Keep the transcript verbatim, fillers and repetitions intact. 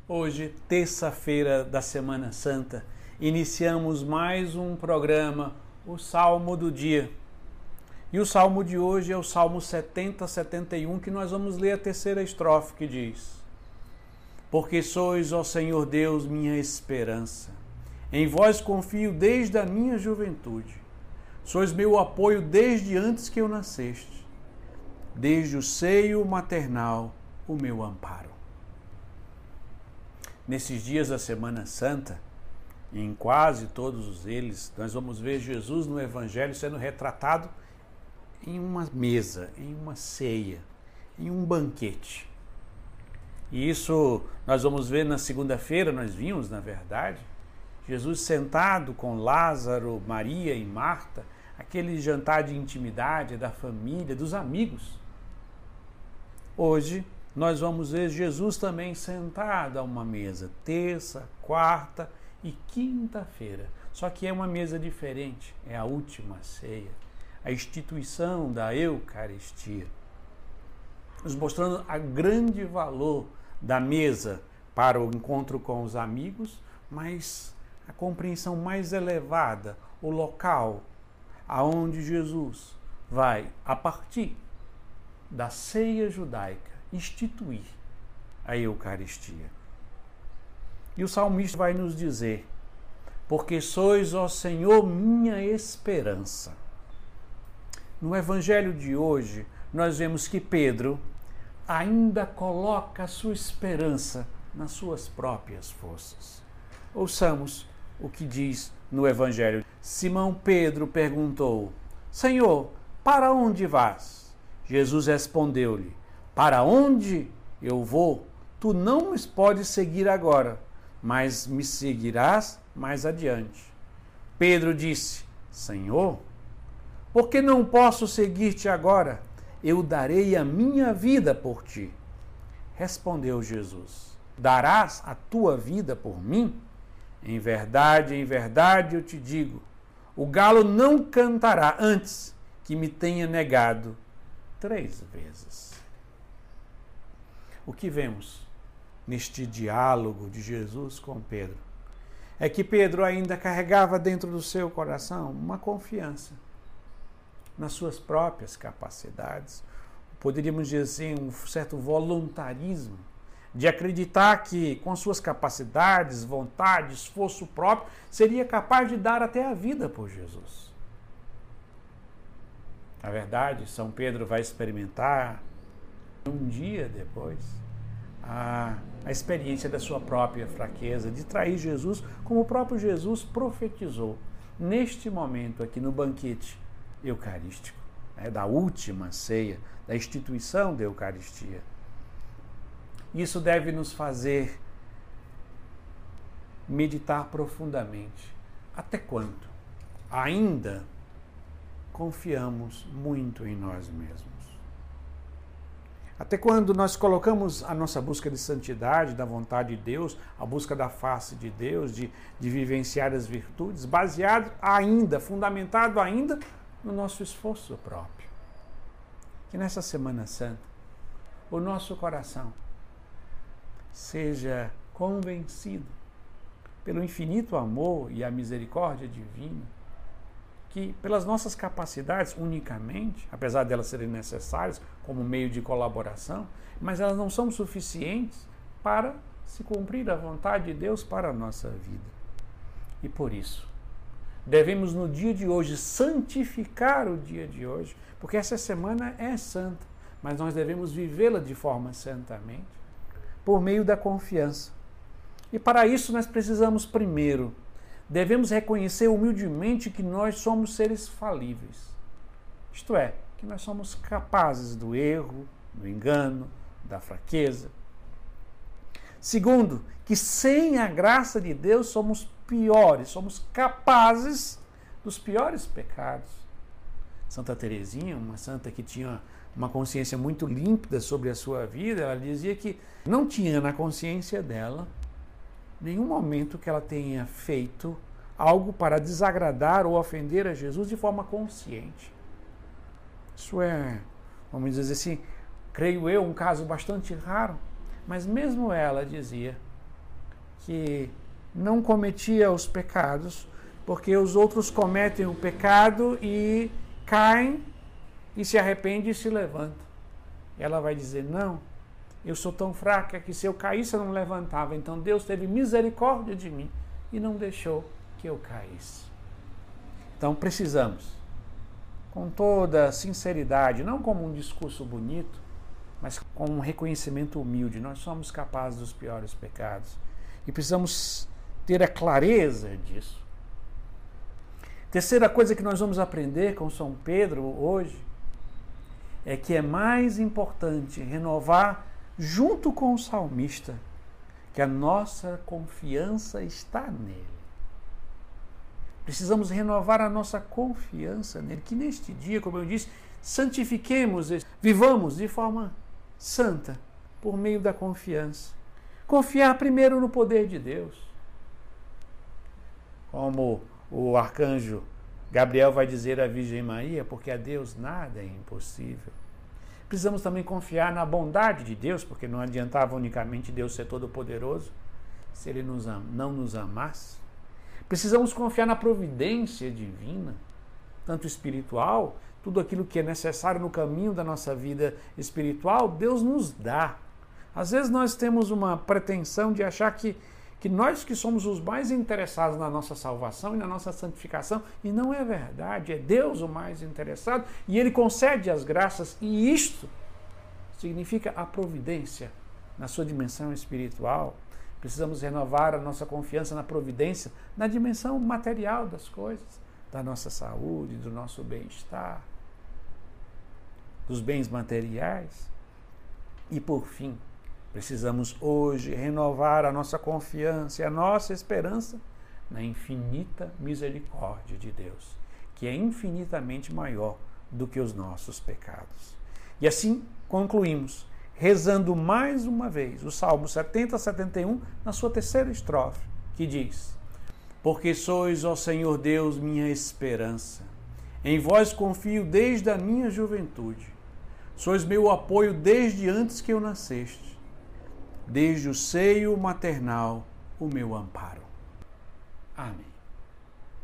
Hoje, terça-feira da Semana Santa, iniciamos mais um programa, o Salmo do Dia. E o Salmo de hoje é o Salmo setenta, setenta e um, que nós vamos ler a terceira estrofe, que diz: Porque sois, ó Senhor Deus, minha esperança. Em vós confio desde a minha juventude. Sois meu apoio desde antes que eu nasceste. Desde o seio maternal, o meu amparo. Nesses dias da Semana Santa, em quase todos eles, nós vamos ver Jesus no Evangelho sendo retratado em uma mesa, em uma ceia, em um banquete. E isso nós vamos ver na segunda-feira, nós vimos, na verdade, Jesus sentado com Lázaro, Maria e Marta, aquele jantar de intimidade da família, dos amigos. Hoje, nós vamos ver Jesus também sentado a uma mesa, terça, quarta e quinta-feira. Só que é uma mesa diferente, é a última ceia, a instituição da Eucaristia, nos mostrando o grande valor da mesa para o encontro com os amigos, mas a compreensão mais elevada, o local aonde Jesus vai, a partir da ceia judaica, instituir a Eucaristia. E o salmista vai nos dizer: porque sois, ó Senhor, minha esperança. No Evangelho de hoje, nós vemos que Pedro ainda coloca a sua esperança nas suas próprias forças. Ouçamos o que diz no Evangelho. Simão Pedro perguntou: Senhor, para onde vas? Jesus respondeu-lhe: Para onde eu vou, tu não me podes seguir agora, mas me seguirás mais adiante. Pedro disse: Senhor, por que não posso seguir-te agora? Eu darei a minha vida por ti. Respondeu Jesus: Darás a tua vida por mim? Em verdade, em verdade eu te digo, o galo não cantará antes que me tenha negado três vezes. O que vemos neste diálogo de Jesus com Pedro é que Pedro ainda carregava dentro do seu coração uma confiança nas suas próprias capacidades. Poderíamos dizer assim, um certo voluntarismo de acreditar que com suas capacidades, vontade, esforço próprio, seria capaz de dar até a vida por Jesus. Na verdade, São Pedro vai experimentar um dia depois a, a experiência da sua própria fraqueza, de trair Jesus, como o próprio Jesus profetizou neste momento aqui no banquete eucarístico, né, da última ceia, da instituição da Eucaristia. Isso deve nos fazer meditar profundamente. Até quando ainda confiamos muito em nós mesmos? Até quando nós colocamos a nossa busca de santidade, da vontade de Deus, a busca da face de Deus, de, de vivenciar as virtudes, baseado ainda, fundamentado ainda no nosso esforço próprio? Que nessa Semana Santa o nosso coração seja convencido pelo infinito amor e a misericórdia divina, que pelas nossas capacidades unicamente, apesar delas serem necessárias como meio de colaboração, mas elas não são suficientes para se cumprir a vontade de Deus para a nossa vida. E por isso, devemos no dia de hoje santificar o dia de hoje, porque essa semana é santa, mas nós devemos vivê-la de forma santamente, por meio da confiança. E para isso nós precisamos primeiro, devemos reconhecer humildemente que nós somos seres falíveis. Isto é, que nós somos capazes do erro, do engano, da fraqueza. Segundo, que sem a graça de Deus somos piores, somos capazes dos piores pecados. Santa Teresinha, uma santa que tinha uma consciência muito límpida sobre a sua vida, ela dizia que não tinha na consciência dela nenhum momento que ela tenha feito algo para desagradar ou ofender a Jesus de forma consciente. Isso é, vamos dizer assim, creio eu, um caso bastante raro, mas mesmo ela dizia que não cometia os pecados, porque os outros cometem o pecado e caem e se arrependem e se levantam. Ela vai dizer, não, eu sou tão fraca que se eu caísse eu não levantava. Então Deus teve misericórdia de mim e não deixou que eu caísse. Então precisamos, com toda sinceridade, não como um discurso bonito, mas com um reconhecimento humilde, nós somos capazes dos piores pecados. E precisamos ter a clareza disso. Terceira coisa que nós vamos aprender com São Pedro hoje é que é mais importante renovar junto com o salmista que a nossa confiança está nele. Precisamos renovar a nossa confiança nele, que neste dia, como eu disse, santifiquemos, vivamos de forma santa por meio da confiança. Confiar primeiro no poder de Deus. Como o arcanjo Gabriel vai dizer à Virgem Maria, porque a Deus nada é impossível. Precisamos também confiar na bondade de Deus, porque não adiantava unicamente Deus ser todo-poderoso se Ele nos am- não nos amasse. Precisamos confiar na providência divina, tanto espiritual, tudo aquilo que é necessário no caminho da nossa vida espiritual, Deus nos dá. Às vezes nós temos uma pretensão de achar que, que nós que somos os mais interessados na nossa salvação e na nossa santificação, e não é verdade, é Deus o mais interessado, e Ele concede as graças, e isto significa a providência na sua dimensão espiritual. Precisamos renovar a nossa confiança na providência, na dimensão material das coisas, da nossa saúde, do nosso bem-estar, dos bens materiais. E por fim, precisamos hoje renovar a nossa confiança e a nossa esperança na infinita misericórdia de Deus, que é infinitamente maior do que os nossos pecados. E assim concluímos, rezando mais uma vez o Salmo setenta, setenta e um, na sua terceira estrofe, que diz: Porque sois, ó Senhor Deus, minha esperança, em vós confio desde a minha juventude, sois meu apoio desde antes que eu nasceste, desde o seio maternal o meu amparo. Amém.